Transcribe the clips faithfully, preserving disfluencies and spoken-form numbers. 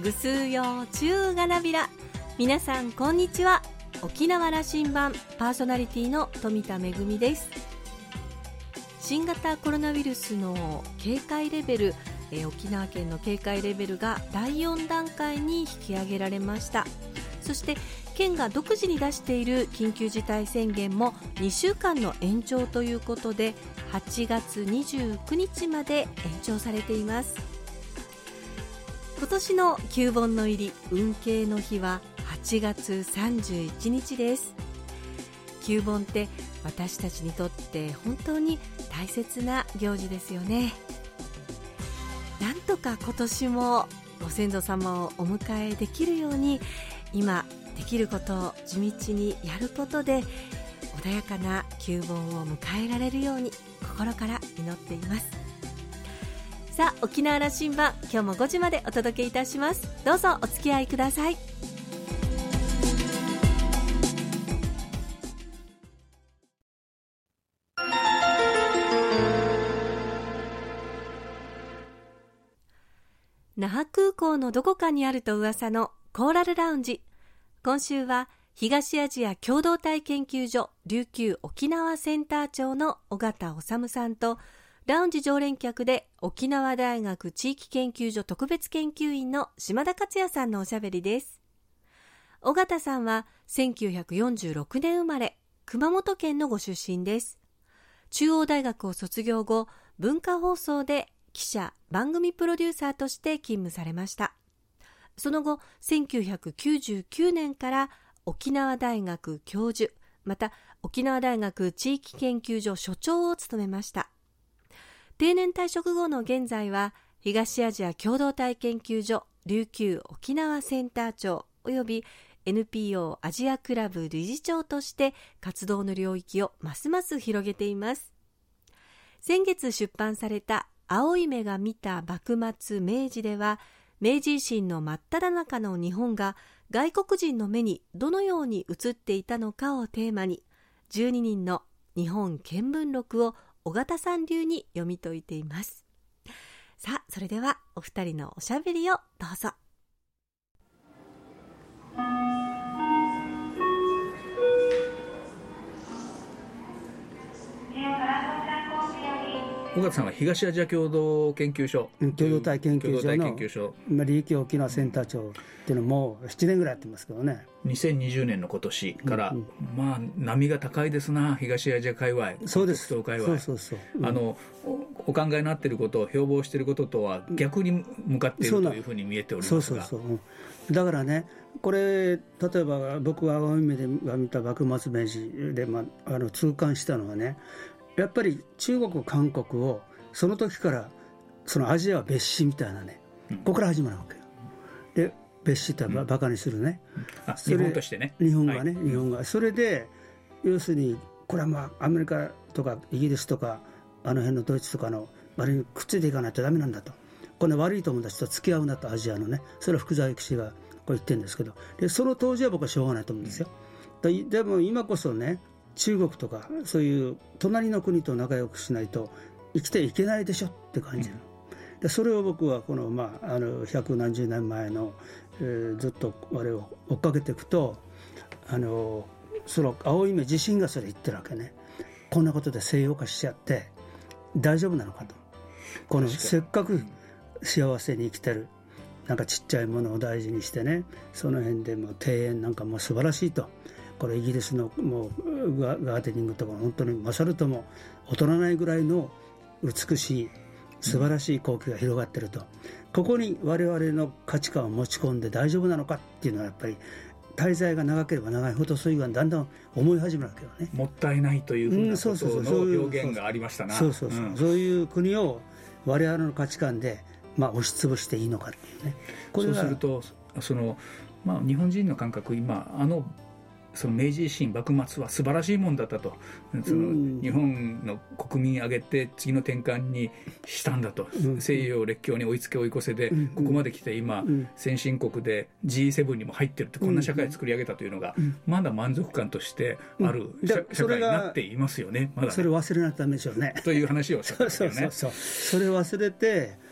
ぐすうようちゅうがなびら。皆さんこんにちは。沖縄羅針盤パーソナリティの富田恵です。新型コロナウイルスの警戒レベル、えー、沖縄県の警戒レベルがだいよんだんかいに引き上げられました。そして県が独自に出している緊急事態宣言もにしゅうかんの延長ということではちがつにじゅうくにちまで延長されています。今年のきゅうぼんの入り運慶の日ははちがつさんじゅういちにちです。きゅうぼんって私たちにとって本当に大切な行事ですよね。なんとか今年もご先祖様をお迎えできるように、今できることを地道にやることで穏やかなきゅうぼんを迎えられるように心から祈っています。さあ、沖縄羅針盤、今日もごじまでお届けいたします。どうぞお付き合いください。那覇空港のどこかにあると噂のコーラルラウンジ。今週は東アジア共同体研究所琉球沖縄センター長の尾形治さんと、ラウンジ常連客で沖縄大学地域研究所特別研究員の島田克也さんのおしゃべりです。尾形さんはせんきゅうひゃくよんじゅうろくねん生まれ、熊本県のご出身です。中央大学を卒業後、文化放送で記者、番組プロデューサーとして勤務されました。その後、せんきゅうひゃくきゅうじゅうきゅうねんから沖縄大学教授、また沖縄大学地域研究所所長を務めました。定年退職後の現在は東アジア共同体研究所琉球沖縄センター長および エヌピーオー アジアクラブ理事長として活動の領域をますます広げています。先月出版された青い目が見た幕末明治では、明治維新の真っ只中の日本が外国人の目にどのように映っていたのかをテーマに、じゅうににんの日本見聞録を尾形さん流に読み解いています。さあ、それではお二人のおしゃべりをどうぞ。 尾形さんは東アジア共同研究所、 共同体研究所の琉球沖縄センター長っていうのもななねんぐらいやってますけどね。 にせんにじゅうねんの今年から、うんうん、まあ波が高いですな、東アジア界隈。 そうです。 東界隈。 そうそうそう、うん、 あの お, お考えになっていることを標榜していることとは逆に向かっているというふうに見えておりますが、 そうそうそう、うん、だからね、これ例えば僕が青い目で見た幕末明治で、まあ、あの痛感したのはね、やっぱり中国韓国をその時からそのアジアは別紙みたいなね、うん、ここから始まるわけよ。で別紙ってバカにするね、 うん、日本としてね、 日本がね、はい、 日本がそれで要するにこれはまあアメリカとかイギリスとかあの辺のドイツとかのあれにくっついていかないとダメなんだと、この悪い友達と付き合うなと、アジアのね、それは福沢諭吉がこう言ってるんですけど、でその当時は僕はしょうがないと思うんですよ、うん、でも今こそね、中国とかそういう隣の国と仲良くしないと生きていけないでしょって感じる、うん、でそれを僕はこの、まあ、あの百何十年前の、えー、ずっとあれを追っかけていくと、あのその青い目自身がそれ言ってるわけね。こんなことで西洋化しちゃって大丈夫なのかと、このせっかく幸せに生きてる、なんかちっちゃいものを大事にしてね、その辺でもう庭園なんかも素晴らしいと、これイギリスのもうガーデニングとか本当に勝るとも劣らないぐらいの美しい素晴らしい光景が広がってると、うん、ここに我々の価値観を持ち込んで大丈夫なのかっていうのはやっぱり滞在が長ければ長いほどそういうのはだんだん思い始めるわけよね。 もったいないというふうなことの表現がありましたな。 そうそうそう、うん、そういう国を我々の価値観で、まあ、押しつぶしていいのかっていうね。 これそうするとその、まあ、日本人の感覚、今あのその明治維新幕末は素晴らしいもんだったと、その日本の国民挙げて次の転換にしたんだと、うん、西洋列強に追いつけ追い越せで、うん、ここまで来て今、うん、先進国で ジーセブン にも入ってるって、こんな社会を作り上げたというのが、うん、まだ満足感としてある、うん、社, 社会になっていますよね。まだね、 それ忘れないとダメでしょうねという話をしたんですよね。 そうそうそうそう、それ忘れて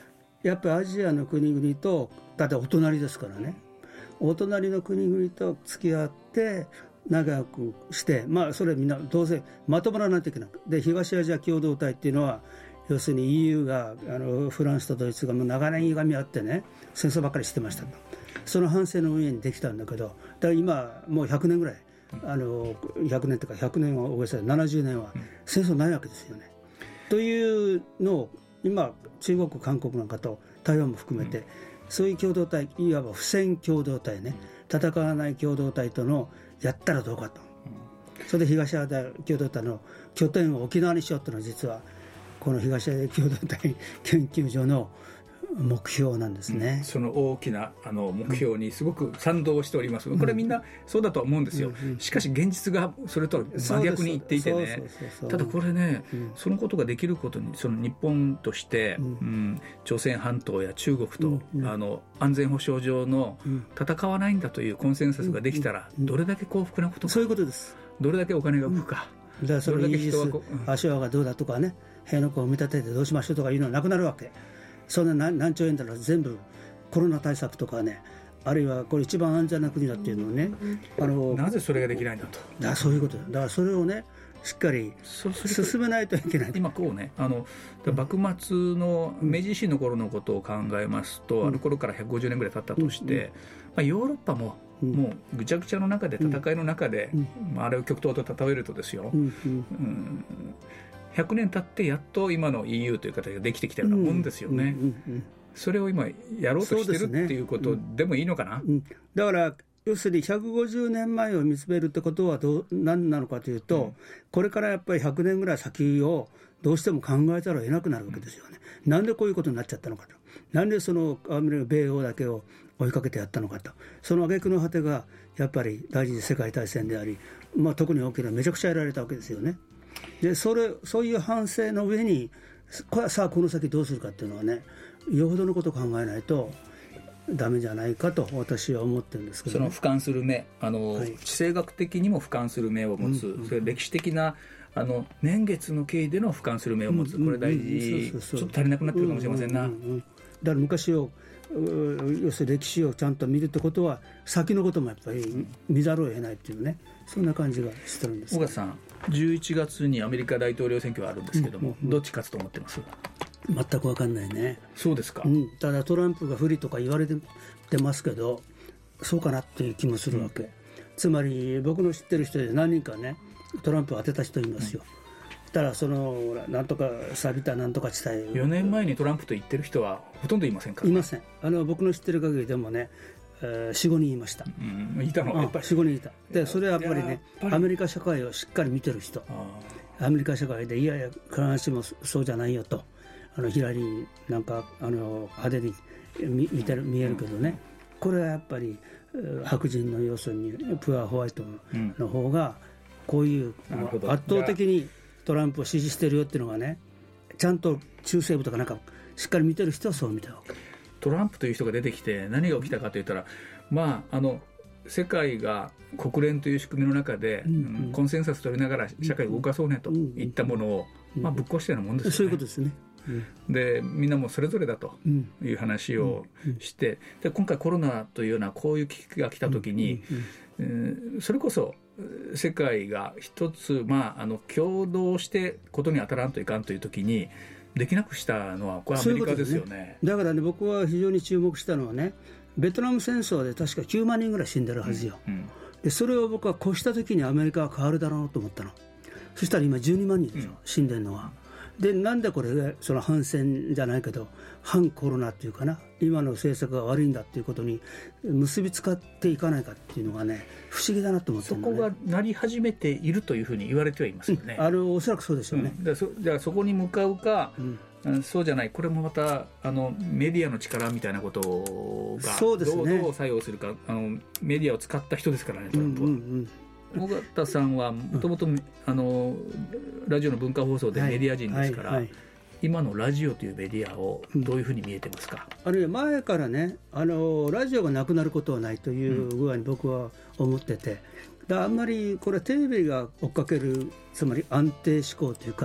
やっぱりアジアの国々と、だってお隣ですからね、お隣の国々と付き合って仲良くして、まあ、それみんなどうせまとまらないといけない。で東アジア共同体っていうのは要するに イーユー があのフランスとドイツがもう長年いがみ合ってね戦争ばっかりしてましたと。その反省の上にできたんだけど、だから今もうひゃくねんぐらい、あのひゃくねんとかひゃくねんは大げさでななじゅうねんは戦争ないわけですよね、うん、というのを今中国韓国なんかと台湾も含めて、うん、そういう共同体、いわば不戦共同体ね、戦わない共同体とのやったらどうかと、うん、それで東アジア共同体の拠点を沖縄にしようというのは実はこの東アジア共同体研究所の目標なんですね、 うん、その大きなあの目標にすごく賛同しております、うん、これみんなそうだとは思うんですよ、うん、しかし現実がそれとは真逆にいっていてね、ただこれね、うん、そのことができることにその日本として、うんうん、朝鮮半島や中国と、うんうん、あの安全保障上の戦わないんだというコンセンサスができたら、うんうん、どれだけ幸福なことか、 そういうことです。 どれだけお金が浮くか、 うん、だからそれイージスアショアがどうだとかね、辺野古を見立ててどうしましょうとかいうのはなくなるわけ。そんな 何, 何兆円だら全部コロナ対策とかね、あるいはこれ一番安全な国だっていうのをね、あのなぜそれができないんだと、 だからそういうことだ。だからそれをねしっかり進めないといけない。 今こうね、あの幕末の明治維新の頃のことを考えますと、うん、あの頃からひゃくごじゅうねんぐらい経ったとして、うんまあ、ヨーロッパももうぐちゃぐちゃの中で戦いの中で、うんまあ、あれを極東と例えるとですよ、うんうんうんひゃくねん経ってやっと今の イーユー という形ができてきたようなもんですよね、うんうんうん、それを今やろうとしてるっていうことでもいいのかな、 うんうん、だから要するにひゃくごじゅうねんまえを見つめるってことはどう何なのかというと、うん、これからやっぱりひゃくねんぐらい先をどうしても考えざるを得なくなるわけですよね、うん、なんでこういうことになっちゃったのかと、なんでそのアメリカ米欧だけを追いかけてやったのかと、その挙句の果てがやっぱり第二次世界大戦であり、まあ、特に大きなめちゃくちゃやられたわけですよね。で そ, れそういう反省の上にさあこの先どうするかっていうのはね、よほどのことを考えないとダメじゃないかと私は思ってるんですけど、ね、 その俯瞰する目、あの、はい、地政学的にも俯瞰する目を持つ、うんうん、それ歴史的なあの年月の経緯での俯瞰する目を持つ、これ大事、ちょっと足りなくなってるかもしれませんな、うんうんうんうん、だから昔を要するに歴史をちゃんと見るってことは先のこともやっぱり見ざるを得ないっていうね、そんな感じがしてるんです。 小笠さん、じゅういちがつにアメリカ大統領選挙があるんですけども、うんうんうん、どっち勝つと思ってます？ 全く分かんないね。 そうですか、 うん、ただトランプが不利とか言われてますけど、そうかなっていう気もするわけ、うん、つまり僕の知ってる人で何人かねトランプを当てた人いますよ、うん、ただそのなんとか錆びたなんとか地帯よねんまえにトランプと言ってる人はほとんどいませんか？ いません。あの僕の知ってる限りでもね、えー、よん、ごにんいました、 うん、いたのやっぱり よん、ごにんいた。 でそれはやっぱりねアメリカ社会をしっかり見てる人、アメリカ社会でいやいや必ずしもそうじゃないよと、あのヒラリーなんかあの派手に 見, 見, てる見えるけどね、これはやっぱり白人の要するにプアホワイトの方がこういう圧倒的にトランプを支持してるよっていうのがね、ちゃんと中西部とかなんかしっかり見てる人はそう見たわけ。 トランプという人が出てきて何が起きたかといったら、まああの世界が国連という仕組みの中で、うんうん、コンセンサス取りながら社会を動かそうねといったものを、まあ、ぶっ壊したようなもんですよね。 そういうことですね。 うん、でみんなもそれぞれだという話をして、で今回コロナというようなこういう危機が来た時に、うんうんうん、それこそ世界が一つ、まあ、あの共同してことに当たらんといかんという時にできなくしたのはこれはアメリカですよね。 そういうことですね。だからね僕は非常に注目したのはね、ベトナム戦争で確かきゅうまんにんぐらい死んでるはずよ、うんうん、でそれを僕は越した時にアメリカは変わるだろうと思ったの。そしたら今じゅうにまんにんでしょ、うん、死んでるのは。でなんでこれその反戦じゃないけど反コロナっていうかな、今の政策が悪いんだっていうことに結びつかっていかないかっていうのがね不思議だなと思ってるんだね。 そこがなり始めているというふうに言われてはいますよね、 うん、あのおそらくそうでしょうね、 うん、だそじゃあそこに向かうか、うん、そうじゃない、これもまたあのメディアの力みたいなことがそうですね、 どう、どう作用するか、あのメディアを使った人ですからねトランプは、うんうんうん尾形さんはもともとラジオの文化放送でメディア人ですから、はいはいはい、今のラジオというメディアをどういうふうに見えてますか？ うん、あるいは前からねあのラジオがなくなることはないという具合に僕は思ってて、だあんまりこれはテレビが追っかけるつまり安定志向というか、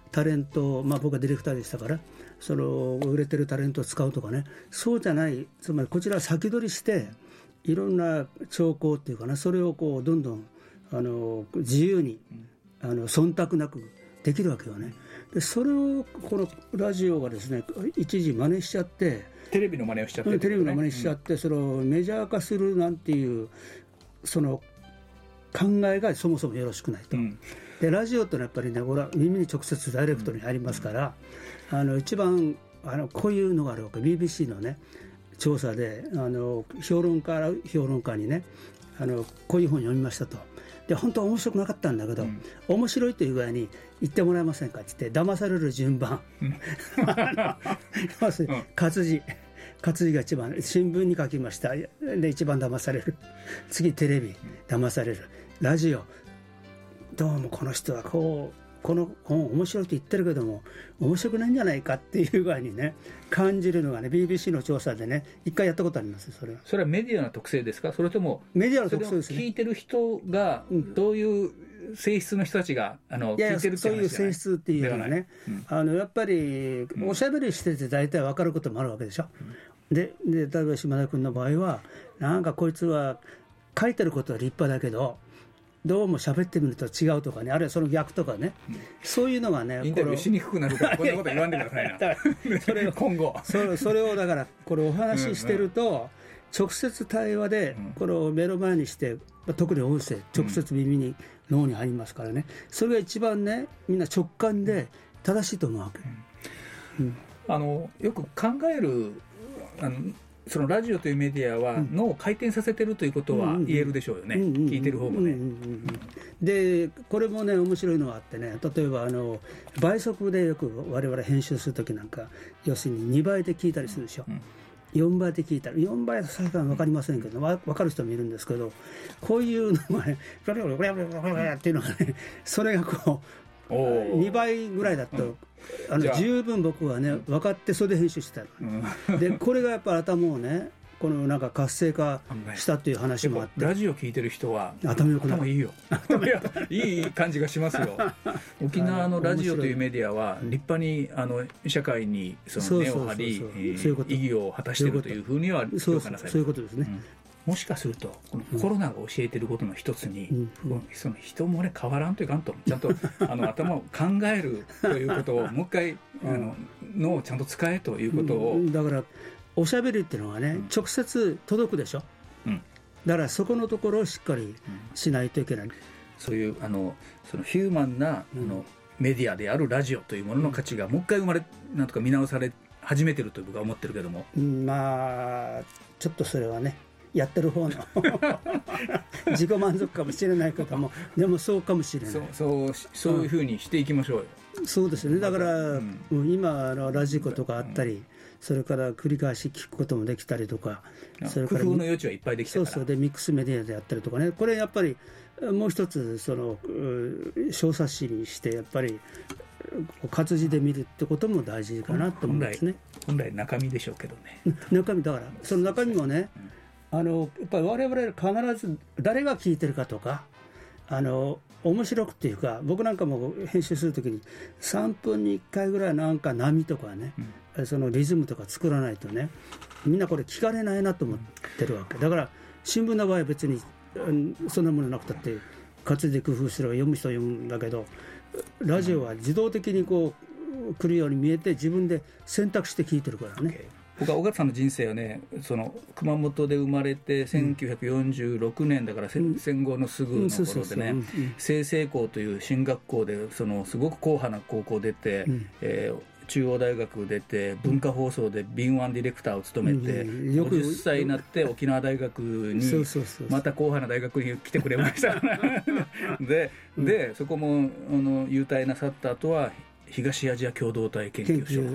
タレント、まあ、僕はディレクターでしたからその売れてるタレントを使うとかね、そうじゃない、つまりこちらは先取りしていろんな兆候っていうかな、それをこうどんどんあの自由にあの忖度なくできるわけよね。でそれをこのラジオがですね一時真似しちゃって、 テレビの真似をしちゃって、ね、 テレビの真似しちゃって、うん、そのメジャー化するなんていうその考えがそもそもよろしくないと、うん、でラジオってのはやっぱりね、俺は耳に直接ダイレクトに入りますから、うん、あの一番あのこういうのがあるわけ。 ビービーシー のね調査であの評論家評論家にねあのこういう本読みましたと。で本当は面白くなかったんだけど、うん、面白いという具合に言ってもらえませんかって言って騙される順番、うん、活字活字が一番、新聞に書きましたで一番騙される、次テレビ騙される、ラジオどうもこの人はこうこの本面白いと言ってるけども面白くないんじゃないかっていう具合にね感じるのがね ビービーシー の調査でね一回やったことあります。それはそれはメディアの特性ですか、それともメディアの特性ですね。 聞いてる人がどういう性質の人たちがあの聞いてるって話じゃない。そういう性質っていうのはね、うん、あのやっぱりおしゃべりしてて大体分かることもあるわけでしょ、うん、で, で例えば島田君の場合はなんかこいつは書いてることは立派だけどどうも喋ってみると違うとかね、あるいはその逆とかね、うん、そういうのがねインタビューしにくくなるからこんなこと言わんでくださいなそれを今後それそれをだからこれお話ししてると、うんうん、直接対話でこれを目の前にして、うん、特に音声直接耳に、うん、脳に入りますからね、それが一番ねみんな直感で正しいと思うわけ、 うんうん、あのよく考えるあのそのラジオというメディアは脳を回転させてるということは言えるでしょうよね、うんうん、聞いてる方もね、うんうんうん、 でこれもね面白いのがあってね、例えばあの倍速でよく我々編集するときなんか要するににばいで聞いたりするでしょ、うん、よんばいで聞いたり、よんばいはさすがに分かりませんけど、分かる人もいるんですけど、こういうのがねブラブラブラブラブラっていうのがねそれがこうにばいぐらいだと、うん、あの十分僕はね分かってそれで編集してた、うん、でこれがやっぱり頭をねこのなんか活性化したという話もあって、 ラジオ聞いてる人は頭良くなる、 頭いいよいい感じがしますよ沖縄のラジオというメディアは立派にあの社会にその根を張り意義を果たしているというふうには評価なされます。 そういうことですね、うん、 もしかするとこのコロナが教えていることの一つに、うんうん、その人もね変わらんといかんと、ちゃんとあの頭を考えるということをもう一回あの脳をちゃんと使えということを、 うん、だからおしゃべりっていうのはね、うん、直接届くでしょ、うん、だからそこのところをしっかりしないといけない、うん、 そういうあのそのヒューマンな、うん、あのメディアであるラジオというものの価値がもう一回生まれなんとか見直され始めてると僕は思ってるけども、 うん、まあちょっとそれはねやってる方の自己満足かもしれないけども、でもそうかもしれない、 そう、そう、そういうふうにしていきましょうよ、 うん、そうですね。だから、うん、今のラジコとかあったり、うん、それから繰り返し聞くこともできたりとか、 それから工夫の余地はいっぱいできたから、 そうそうでミックスメディアでやったりとかね、これやっぱりもう一つその小冊子にしてやっぱり活字で見るってことも大事かなと思うんですね。 本来、本来中身でしょうけどね中身だからその中身もね、あのやっぱり我々必ず誰が聞いてるかとかあの面白くっていうか、僕なんかも編集するときにさんぷんにいっかいぐらいなんか波とかね、うん、そのリズムとか作らないとねみんなこれ聞かれないなと思ってるわけだから、新聞の場合は別にそんなものなくたって活字で工夫すれば読む人は読むんだけど、ラジオは自動的にこう来るように見えて自分で選択して聞いてるからね。 僕は尾形さんの人生はね、その熊本で生まれてせんきゅうひゃくよんじゅうろくねんだから、うん、戦後のすぐの頃でね、済々校という進学校でそのすごく硬派な高校出て、うん、えー、中央大学出て文化放送で敏腕ディレクターを務めて、うん、ごじゅっさいになって沖縄大学にまた硬派な大学に来てくれましたで, でそこもあの優退なさった後は東アジア共同体研究所、うん、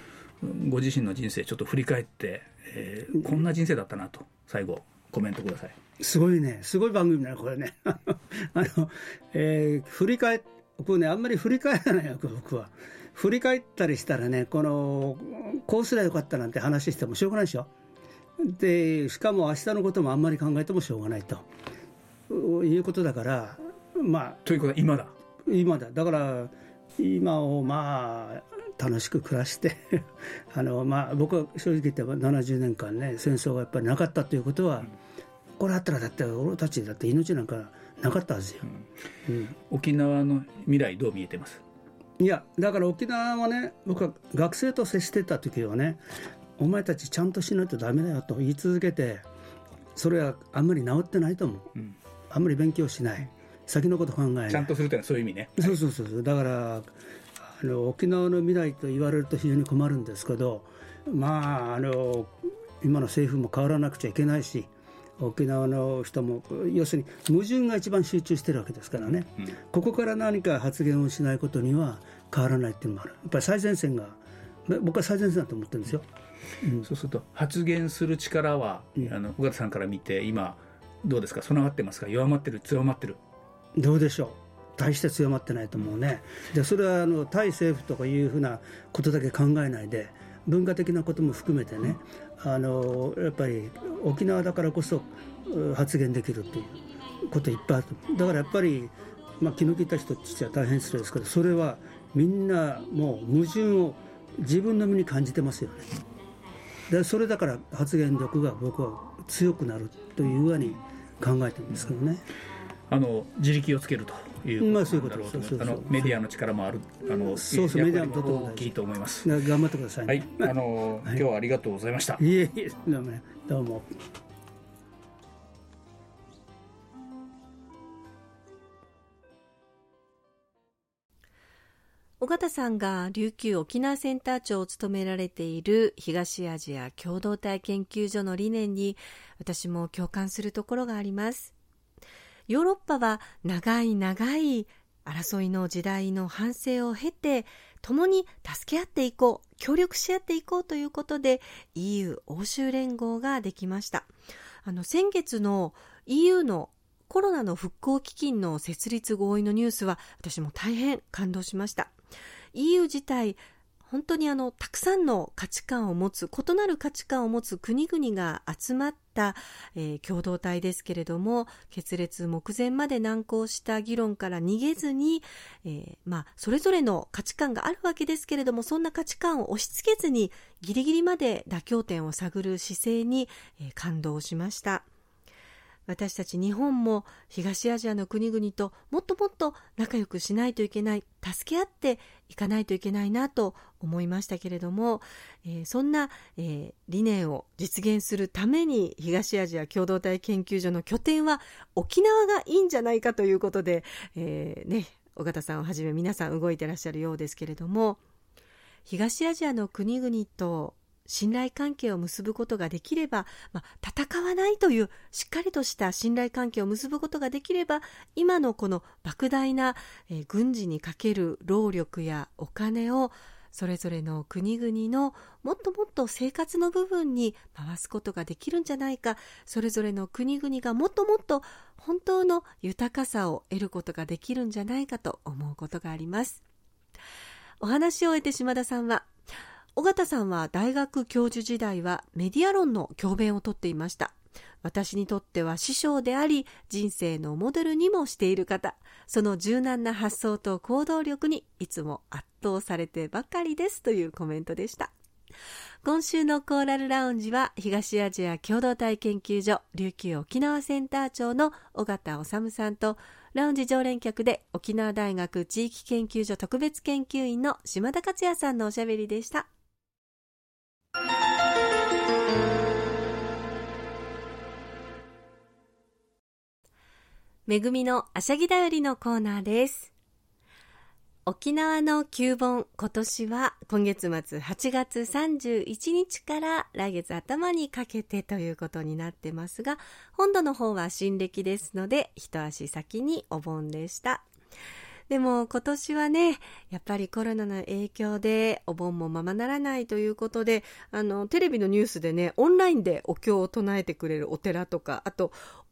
ご自身の人生ちょっと振り返って、えー、こんな人生だったなと最後コメントください。 すごいね、すごい番組だねこれねあの、えー、振り返僕ねあんまり振り返らないよ僕は。振り返ったりしたらね、このこうすればよかったなんて話してもしょうがないでしょ。でしかも明日のこともあんまり考えてもしょうがないということだから、まあということは今だ今だだから今をまあ楽しく暮らしてあの、まあ、僕は正直言ってななじゅうねんかんね戦争がやっぱりなかったということは、うん、これあったらだって俺たちだって命なんかなかったはずよ、 うんうん、沖縄の未来どう見えてます？ いやだから沖縄はね、僕は学生と接してた時はね、お前たちちゃんとしないとダメだよと言い続けて、それはあんまり治ってないと思う、うん、あんまり勉強しない、先のこと考えない、 ちゃんとするというのはそういう意味ね。 そうそうそうだからあの沖縄の未来と言われると非常に困るんですけど、まああの今の政府も変わらなくちゃいけないし、沖縄の人も要するに矛盾が一番集中してるわけですからね、うん、ここから何か発言をしないことには変わらないっていうのもある。やっぱり最前線が、僕は最前線だと思ってるんですよ、 うん、そうすると発言する力は、うん、あの尾形さんから見て今どうですか？備わってますか？弱まってる？強まってる？どうでしょう。大して強まってないと思うね。でそれはあの対政府とかいうふうなことだけ考えないで、文化的なことも含めてね、あのやっぱり沖縄だからこそ発言できるということいっぱいある。だからやっぱり、まあ、気の利いた人たちは大変失礼ですけど、それはみんなもう矛盾を自分の身に感じてますよね。でそれだから発言力が僕は強くなるというふうに考えてるんですけどね。 あの自力をつけるということだろうと思います。あのメディアの力もある、あのそうそう、メディアもとても大きいと思います。 頑張ってください、ね。 はい、あの、はい、今日はありがとうございました。 いえいえ、どうも、ね、どうも。 尾形さんが琉球沖縄センター長を務められている東アジア共同体研究所の理念に私も共感するところがあります。ヨーロッパは長い長い争いの時代の反省を経て、共に助け合っていこう、協力し合っていこうということで イーユー 欧州連合ができました。あの先月の イーユー のコロナの復興基金の設立合意のニュースは私も大変感動しました。 イーユー 自体本当にあのたくさんの価値観を持つ異なる価値観を持つ国々が集まった、えー、共同体ですけれども、決裂目前まで難航した議論から逃げずに、えーまあ、それぞれの価値観があるわけですけれども、そんな価値観を押し付けずにギリギリまで妥協点を探る姿勢に、えー、感動しました。私たち日本も東アジアの国々ともっともっと仲良くしないといけない、助け合っていかないといけないなと思いましたけれども、えー、そんな、えー、理念を実現するために東アジア共同体研究所の拠点は沖縄がいいんじゃないかということで、えーね、尾形さんをはじめ皆さん動いてらっしゃるようですけれども、東アジアの国々と信頼関係を結ぶことができれば、まあ、戦わないというしっかりとした信頼関係を結ぶことができれば、今のこの莫大な、えー、軍事にかける労力やお金をそれぞれの国々のもっともっと生活の部分に回すことができるんじゃないか、それぞれの国々がもっともっと本当の豊かさを得ることができるんじゃないかと思うことがあります。お話を終えて島田さんは、尾形さんは大学教授時代はメディア論の教鞭をとっていました。私にとっては師匠であり、人生のモデルにもしている方、その柔軟な発想と行動力にいつも圧倒されてばかりですというコメントでした。今週のコーラルラウンジは東アジア共同体研究所琉球沖縄センター長の尾形治さんと、ラウンジ常連客で沖縄大学地域研究所特別研究員の島田克也さんのおしゃべりでした。めぐみのあしゃぎだよりのコーナーです。沖縄の旧盆、今年は今月末はちがつさんじゅういちにちから来月頭にかけてということになってますが、本土の方は新暦ですので一足先にお盆でした。でも今年はね、やっぱりコロナの影響でお盆もままならないということで、あのテレビのニュースでね、オンラインでお経を唱えてくれるお寺とか、あと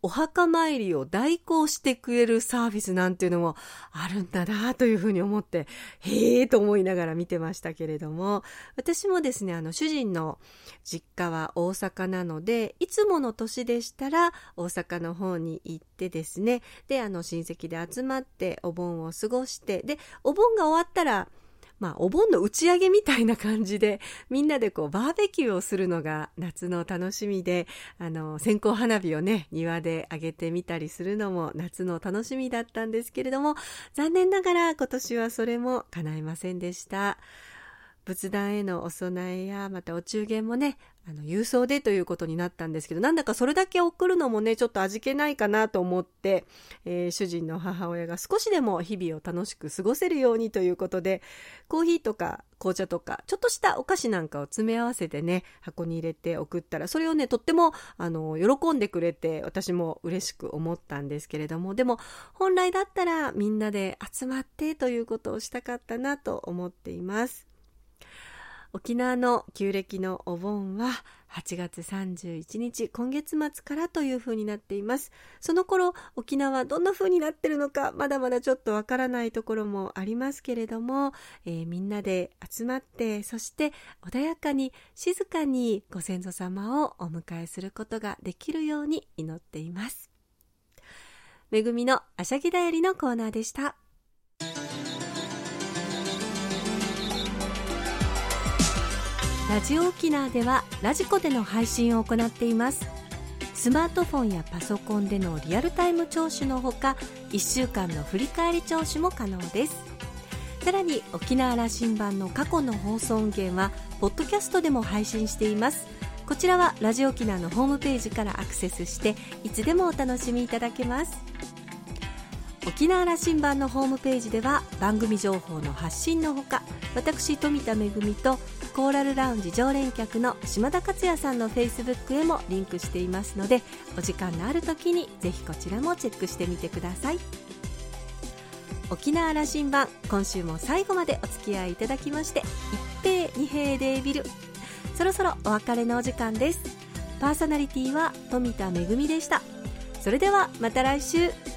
お墓参りを代行してくれるサービスなんていうのもあるんだなというふうに思って、へーと思いながら見てましたけれども、私もですね、あの主人の実家は大阪なので、いつもの年でしたら大阪の方に行ってですね、であの親戚で集まってお盆を過ごして、でお盆が終わったらまあ、お盆の打ち上げみたいな感じでみんなでこうバーベキューをするのが夏の楽しみで、あの線香花火をね庭で上げてみたりするのも夏の楽しみだったんですけれども、残念ながら今年はそれも叶いませんでした。仏壇へのお供えやまたお中元もね、あの郵送でということになったんですけど、なんだかそれだけ送るのもねちょっと味気ないかなと思って、えー、主人の母親が少しでも日々を楽しく過ごせるようにということで、コーヒーとか紅茶とかちょっとしたお菓子なんかを詰め合わせてね箱に入れて送ったら、それをねとってもあの喜んでくれて、私も嬉しく思ったんですけれども、でも本来だったらみんなで集まってということをしたかったなと思っています。沖縄の旧暦のお盆ははちがつさんじゅういちにち、今月末からという風になっています。その頃沖縄どんな風になってるのかまだまだちょっとわからないところもありますけれども、えー、みんなで集まって、そして穏やかに静かにご先祖様をお迎えすることができるように祈っています。めぐみのあしゃぎだよりのコーナーでした。ラジオ沖縄ではラジコでの配信を行っています。スマートフォンやパソコンでのリアルタイム聴取のほか、いっしゅうかんの振り返り聴取も可能です。さらに沖縄羅針盤の過去の放送音源はポッドキャストでも配信しています。こちらはラジオ沖縄のホームページからアクセスしていつでもお楽しみいただけます。沖縄羅針盤のホームページでは番組情報の発信のほか、私富田恵とコーラルラウンジ常連客の島田克也さんのフェイスブックへもリンクしていますので、お時間のある時にぜひこちらもチェックしてみてください。沖縄羅針盤、今週も最後までお付き合いいただきまして一平二平デービル、そろそろお別れのお時間です。パーソナリティは富田恵でした。それではまた来週。